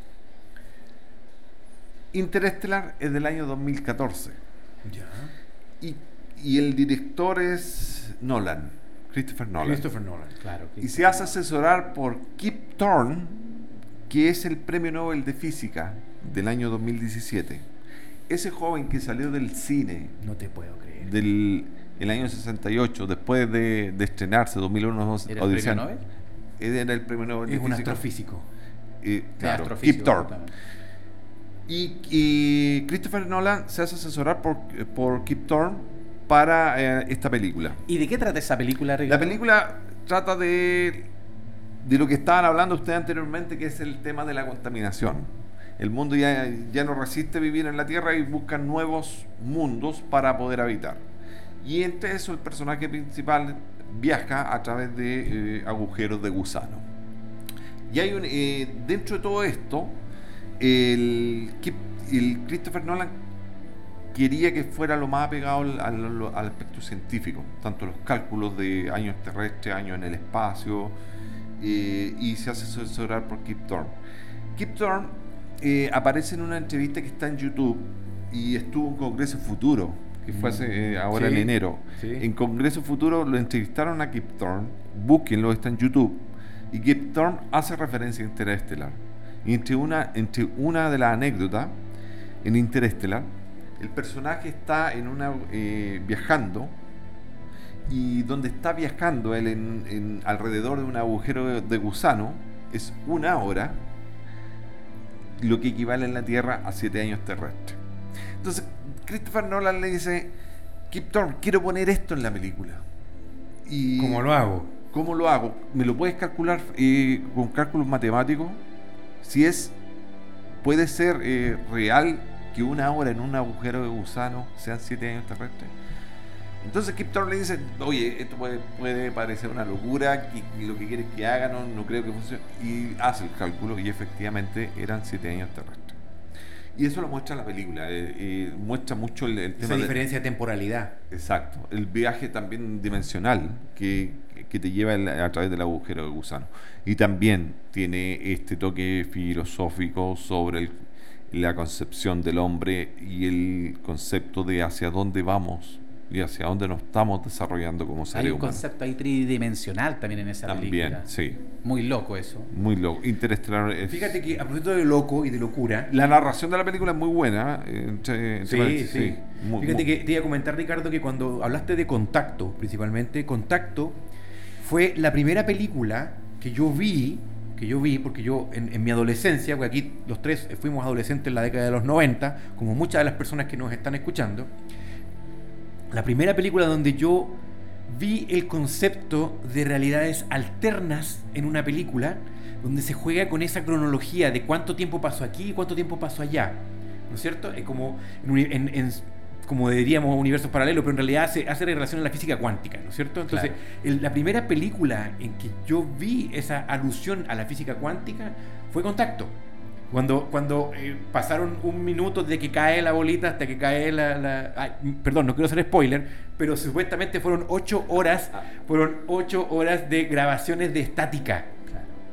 Interestelar es del año 2014. Ya. Y el director es Christopher Nolan, claro. Y se hace asesorar por Kip Thorne, que es el premio Nobel de Física del año 2017. Ese joven que salió del cine, no te puedo creer, el año 68, después de estrenarse 2001 ¿Era el premio Nobel? Era el premio Nobel de Física. Es un astrofísico. Claro, Kip Thorne. Y Christopher Nolan se hace asesorar por Kip Thorne para esta película. ¿Y de qué trata esa película, Ricardo? La película trata de lo que estaban hablando ustedes anteriormente, que es el tema de la contaminación. El mundo ya no resiste vivir en la Tierra y buscan nuevos mundos para poder habitar. Y entre eso el personaje principal viaja a través de agujeros de gusano. Y hay dentro de todo esto, el Christopher Nolan quería que fuera lo más apegado al aspecto científico, tanto los cálculos de años terrestres, años en el espacio, y se hace asesorar por Kip Thorne. Kip Thorne aparece en una entrevista que está en YouTube y estuvo en Congreso Futuro, que fue ahora en enero. Sí. En Congreso Futuro lo entrevistaron a Kip Thorne, búsquenlo, está en YouTube, y Kip Thorne hace referencia a Interestelar. Y entre una de las anécdotas en Interestelar, el personaje está viajando, y donde está viajando él alrededor de un agujero de gusano es 1 hora, lo que equivale en la Tierra a 7 años terrestres. Entonces Christopher Nolan le dice: Kip Thorne, quiero poner esto en la película. Y ¿cómo lo hago? ¿Cómo lo hago? ¿Me lo puedes calcular con cálculos matemáticos? Puede ser real que 1 hora en un agujero de gusano sean 7 años terrestres. Entonces Kip Thorne le dice: oye, esto puede parecer una locura, que lo que quieres que haga no creo que funcione. Y hace el cálculo y efectivamente eran 7 años terrestres. Y eso lo muestra la película, muestra mucho el tema esa diferencia de temporalidad. Exacto, el viaje también dimensional que te lleva a través del agujero de gusano. Y también tiene este toque filosófico sobre la concepción del hombre y el concepto de hacia dónde vamos y hacia dónde nos estamos desarrollando como seres humanos. Hay un concepto ahí tridimensional también en esa película. También, sí. Muy loco eso. Muy loco. Interestelar. Fíjate que a propósito de loco y de locura, la narración de la película es muy buena. Sí. Fíjate que te iba a comentar, Ricardo, que cuando hablaste de Contacto, principalmente, Contacto fue la primera película que yo vi, porque yo en mi adolescencia, porque aquí los tres fuimos adolescentes en la década de los 90, como muchas de las personas que nos están escuchando, la primera película donde yo vi el concepto de realidades alternas en una película, donde se juega con esa cronología de cuánto tiempo pasó aquí y cuánto tiempo pasó allá, ¿no es cierto? Es como como diríamos universos paralelos, pero en realidad hace relación a la física cuántica, ¿no es cierto? Entonces, claro, la primera película en que yo vi esa alusión a la física cuántica fue Contacto. Cuando pasaron 1 minuto de que cae la bolita hasta que cae perdón, no quiero hacer spoiler, pero supuestamente fueron 8 horas de grabaciones de estática.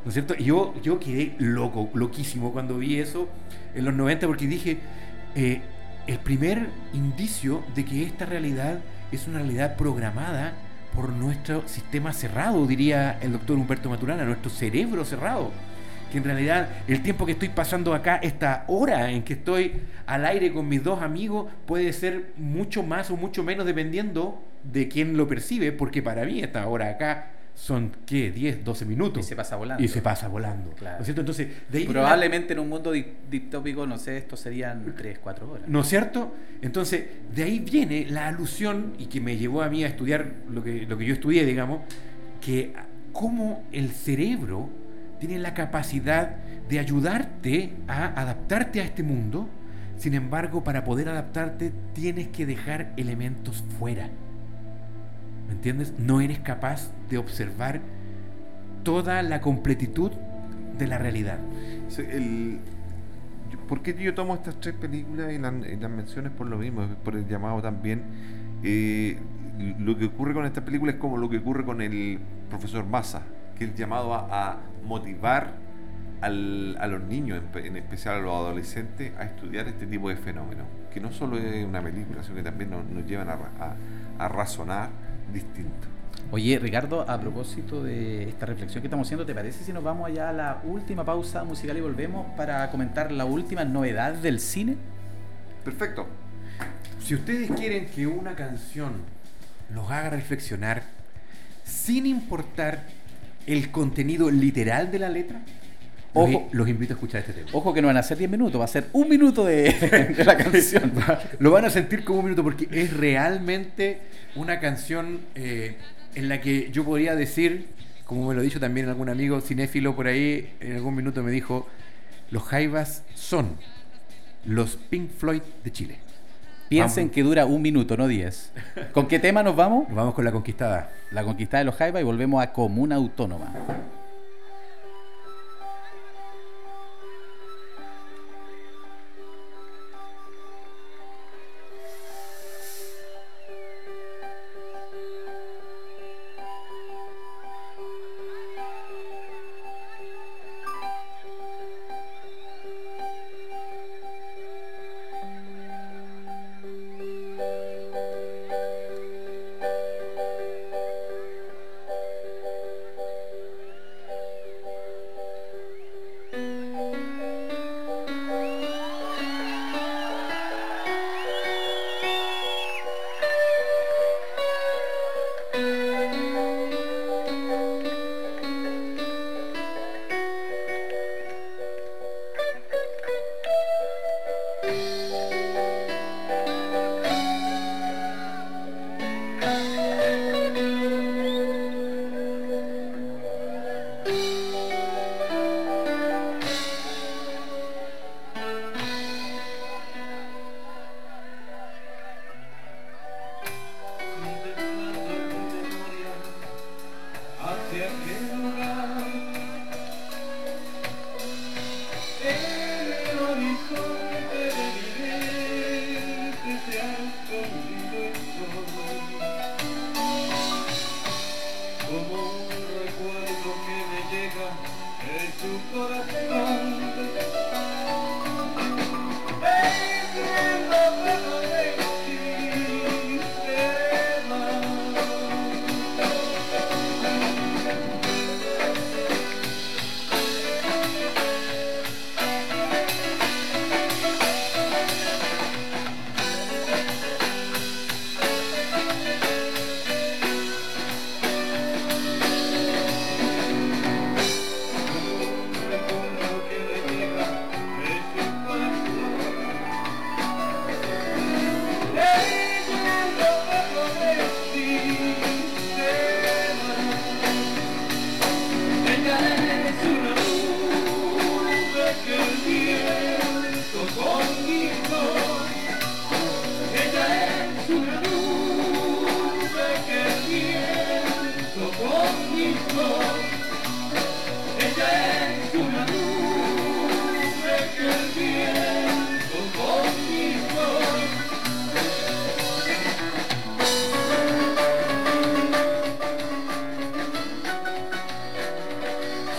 ¿no es cierto? Y yo quedé loquísimo cuando vi eso en los 90, porque dije, el primer indicio de que esta realidad es una realidad programada por nuestro sistema cerrado, diría el doctor Humberto Maturana, nuestro cerebro cerrado. Que en realidad el tiempo que estoy pasando acá, esta hora en que estoy al aire con mis dos amigos, puede ser mucho más o mucho menos dependiendo de quién lo percibe, porque para mí esta hora acá son, ¿qué? 10, 12 minutos. Y se pasa volando. Y se pasa volando. Claro. ¿No es cierto? Entonces, de ahí probablemente en un mundo distópico, no sé, esto serían 3, 4 horas. ¿No es cierto? Entonces, de ahí viene la alusión, y que me llevó a mí a estudiar lo que yo estudié, digamos, que cómo el cerebro tiene la capacidad de ayudarte a adaptarte a este mundo. Sin embargo, para poder adaptarte tienes que dejar elementos fuera. ¿Me entiendes? No eres capaz de observar toda la completitud de la realidad. ¿Por qué yo tomo estas 3 películas y las menciones por lo mismo? Por el llamado también. Lo que ocurre con estas películas es como lo que ocurre con el profesor Massa, que es el llamado a motivar a los niños, en especial a los adolescentes, a estudiar este tipo de fenómenos, que no solo es una película, sino que también nos llevan a razonar distinto. Oye, Ricardo, a propósito de esta reflexión que estamos haciendo, ¿te parece si nos vamos allá a la última pausa musical y volvemos para comentar la última novedad del cine? Perfecto. Si ustedes quieren que una canción los haga reflexionar sin importar el contenido literal de la letra, ojo, los invito a escuchar este tema. Ojo que no van a ser 10 minutos, va a ser 1 minuto de la canción. Lo van a sentir como 1 minuto, porque es realmente una canción en la que yo podría decir, como me lo ha dicho también algún amigo cinéfilo por ahí, en algún minuto me dijo, los Jaivas son los Pink Floyd de Chile. Piensen que dura 1 minuto, no 10. ¿Con qué tema nos vamos? Nos vamos con La Conquistada. La Conquistada de los Jaivas, y volvemos a Comuna Autónoma.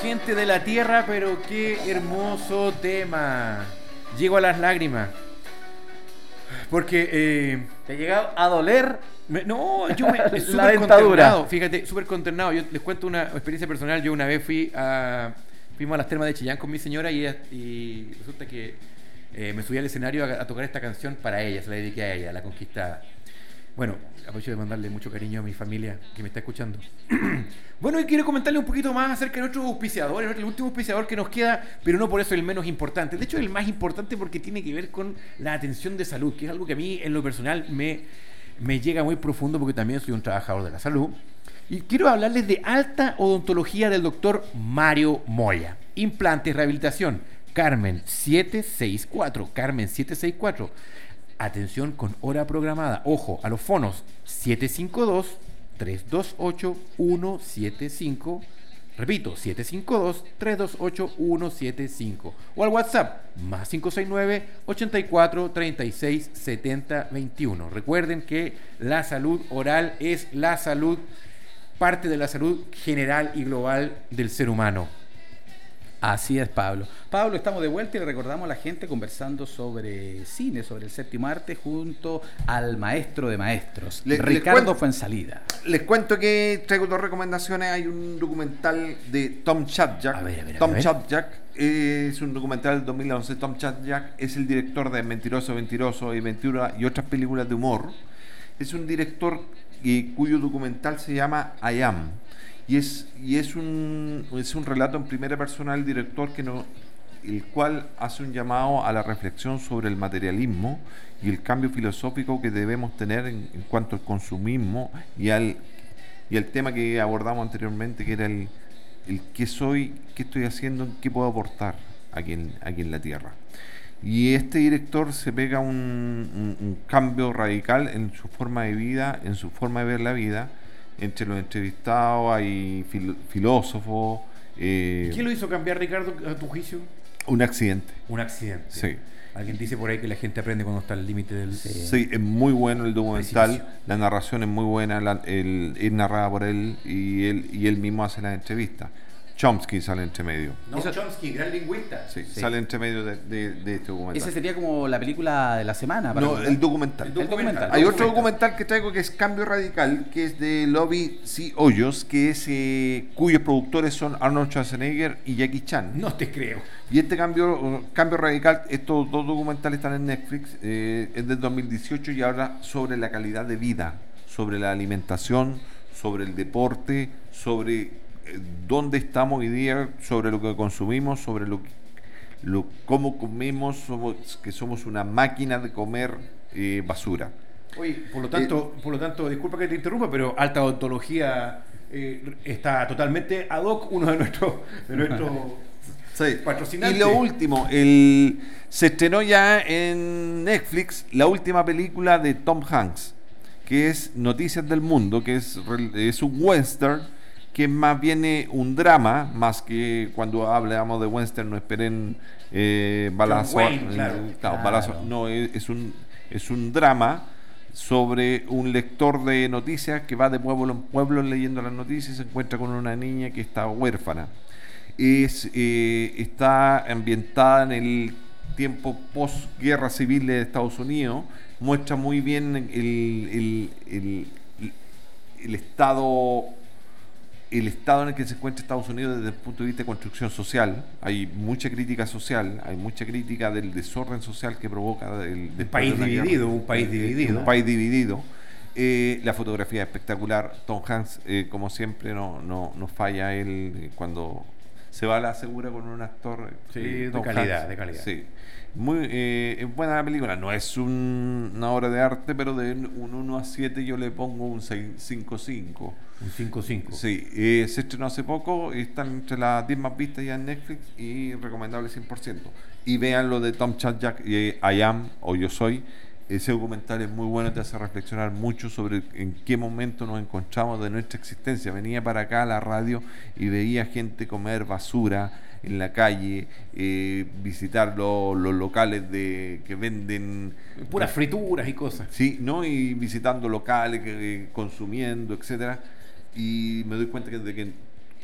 gente de la tierra, pero qué hermoso tema. Llego a las lágrimas. Porque ¿te ha llegado a doler? No, yo me la súper dentadura. consternado. Fíjate, súper consternado. Yo les cuento una experiencia personal. Yo una vez fuimos a las termas de Chillán con mi señora y resulta que me subí al escenario a tocar esta canción para ella. Se la dediqué a ella, La Conquistada. Bueno, aprovecho de mandarle mucho cariño a mi familia que me está escuchando. Bueno, y quiero comentarle un poquito más acerca de nuestros auspiciadores, el último auspiciador que nos queda, pero no por eso el menos importante. De hecho, el más importante porque tiene que ver con la atención de salud, que es algo que a mí en lo personal me llega muy profundo porque también soy un trabajador de la salud. Y quiero hablarles de alta odontología del doctor Mario Moya. Implantes, rehabilitación, Carmen 764, Carmen 764. Atención con hora programada. Ojo, a los fonos 752-328-175. Repito, 752-328-175. O al WhatsApp, más 569-84-36-70-21. Recuerden que la salud oral es la salud, parte de la salud general y global del ser humano. Así es, Pablo. Pablo, estamos de vuelta y le recordamos a la gente conversando sobre cine, sobre el séptimo arte, junto al maestro de maestros, Ricardo Fuensalida. Les cuento que traigo 2 recomendaciones. Hay un documental de Tom Shadyac. Tom Shadyac es un documental del 2011. Tom Shadyac es el director de Mentiroso, Mentiroso y Ventura y otras películas de humor. Es un director cuyo documental se llama I Am. Y es un relato en primera persona del director el cual hace un llamado a la reflexión sobre el materialismo y el cambio filosófico que debemos tener en cuanto al consumismo y al tema que abordamos anteriormente, que era el qué soy, qué estoy haciendo, qué puedo aportar aquí en la Tierra. Y este director se pega un cambio radical en su forma de vida, en su forma de ver la vida. Entre los entrevistados hay filósofos. ¿Qué lo hizo cambiar, Ricardo, a tu juicio? Un accidente. Un accidente. Sí. Alguien dice por ahí que la gente aprende cuando está al límite del... Sí, es muy bueno el documental. La narración es muy buena. Es narrada por él y él mismo hace las entrevistas. Chomsky sale entre medio. No, Chomsky, gran lingüista. Sí, sale entre medio de este documental. Ese sería como la película de la semana. No, el documental. Hay otro documental que traigo que es Cambio Radical, que es de Lobby C. Hoyos, que es cuyos productores son Arnold Schwarzenegger y Jackie Chan. No te creo. Y este Cambio Radical, estos 2 documentales están en Netflix, es del 2018 y habla sobre la calidad de vida, sobre la alimentación, sobre el deporte, sobre dónde estamos hoy día, sobre lo que consumimos, sobre cómo comemos, que somos una máquina de comer basura. Oye, por lo tanto, disculpa que te interrumpa, pero alta odontología está totalmente ad hoc, uno de nuestros sí. patrocinantes. Y lo último, se estrenó ya en Netflix la última película de Tom Hanks, que es Noticias del Mundo, que es un western, que es más bien un drama, más que cuando hablamos de western no esperen balazo. Balazo. No, es un drama sobre un lector de noticias que va de pueblo en pueblo leyendo las noticias y se encuentra con una niña que está huérfana. Está ambientada en el tiempo post-guerra civil de Estados Unidos. Muestra muy bien el estado en el que se encuentra Estados Unidos desde el punto de vista de construcción social. Hay mucha crítica social, hay mucha crítica del desorden social que provoca un país dividido. La fotografía es espectacular. Tom Hanks, como siempre, no falla él cuando se va a la segura con un actor de calidad. Sí. Muy buena la película. No es una obra de arte, pero de un 1 a 7 yo le pongo un 5-5. Un 5-5. Sí, se estrenó hace poco, están entre las 10 más vistas ya en Netflix y recomendable 100%. Y vean lo de Tom Shadyac, I Am o Yo Soy. Ese documental es muy bueno, te hace reflexionar mucho sobre en qué momento nos encontramos de nuestra existencia. Venía para acá a la radio y veía gente comer basura en la calle, visitar los locales que venden puras frituras y cosas. Sí, ¿no? Y visitando locales, consumiendo, etcétera. Y me doy cuenta de que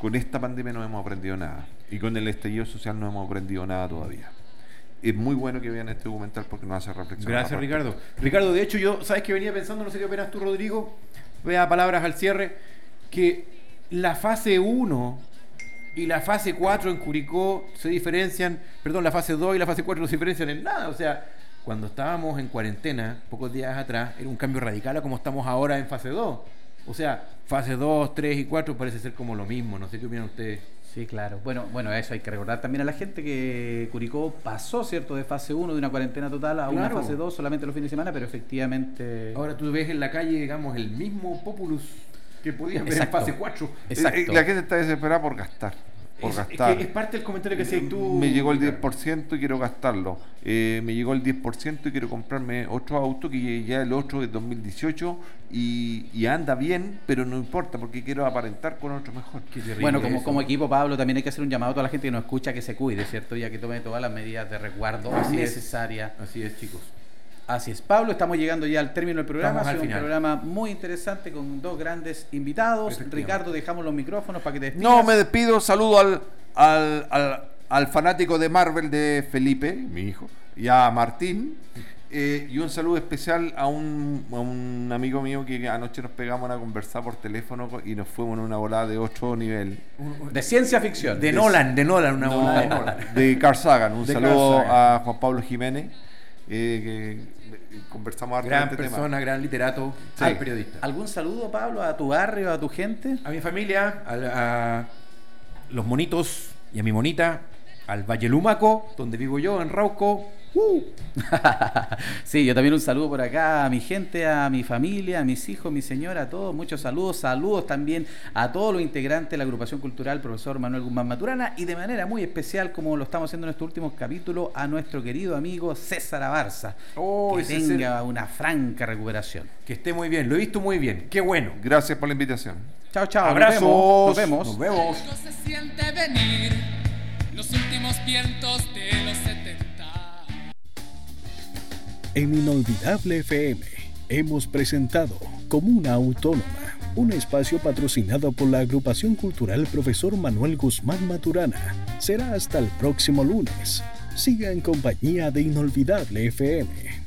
con esta pandemia no hemos aprendido nada. Y con el estallido social no hemos aprendido nada todavía. Es muy bueno que vean este documental porque nos hace reflexionar. Gracias, Ricardo. Ricardo, de hecho, yo, ¿sabes que venía pensando? No sé qué opinas tú, Rodrigo. Vea palabras al cierre. Que la fase 1 y la fase 4 en Curicó se diferencian, perdón, la fase 2 y la fase 4 no se diferencian en nada. O sea, cuando estábamos en cuarentena, pocos días atrás, era un cambio radical a como estamos ahora en fase 2. O sea, fase 2, 3 y 4 parece ser como lo mismo. No sé qué opinan ustedes. Sí, claro. Bueno, eso hay que recordar también a la gente que Curicó pasó, ¿cierto?, de fase 1, de una cuarentena total, a una fase 2 solamente los fines de semana, pero efectivamente... Ahora tú ves en la calle, digamos, el mismo populus que podías ver en fase 4. Exacto. La gente está desesperada por gastar. Es parte del comentario que hacías tú. Me llegó el 10% y quiero gastarlo. Me llegó el 10% y quiero comprarme otro auto, que ya el otro es 2018 y anda bien, pero no importa porque quiero aparentar con otro mejor. Bueno, como equipo, Pablo, también hay que hacer un llamado a toda la gente que nos escucha que se cuide, ¿cierto? Ya que tome todas las medidas de resguardo necesarias. Así es, chicos. Así es, Pablo, estamos llegando ya al término del programa. Ha sido un final. Programa muy interesante con dos grandes invitados. Ricardo, dejamos los micrófonos para que te despidas. No, me despido. Saludo al fanático de Marvel de Felipe, mi hijo, y a Martín. Y un saludo especial a un amigo mío que anoche nos pegamos a conversar por teléfono y nos fuimos en una volada de 8 nivel. De ciencia ficción. De Nolan, una volada de Nolan. De Carl Sagan. Un saludo a Juan Pablo Jiménez. Que conversamos harto gran este persona, tema. gran literato, sí. Periodista. ¿Algún saludo, Pablo, a tu barrio, a tu gente? A mi familia, a los monitos y a mi monita, al Valle Lúmaco, donde vivo yo, en Rauco. Sí, yo también un saludo por acá a mi gente, a mi familia, a mis hijos, mi señora, a todos, muchos saludos. Saludos también a todos los integrantes de la agrupación cultural Profesor Manuel Guzmán Maturana y de manera muy especial, como lo estamos haciendo en estos últimos capítulos, a nuestro querido amigo César Abarza. Que tenga una franca recuperación. Que esté muy bien, lo he visto muy bien, qué bueno. Gracias por la invitación. Chao, chao. Abrazos. Nos vemos. No se siente venir los últimos vientos de los 70. En Inolvidable FM hemos presentado Comuna Autónoma, un espacio patrocinado por la agrupación cultural Profesor Manuel Guzmán Maturana. Será hasta el próximo lunes. Siga en compañía de Inolvidable FM.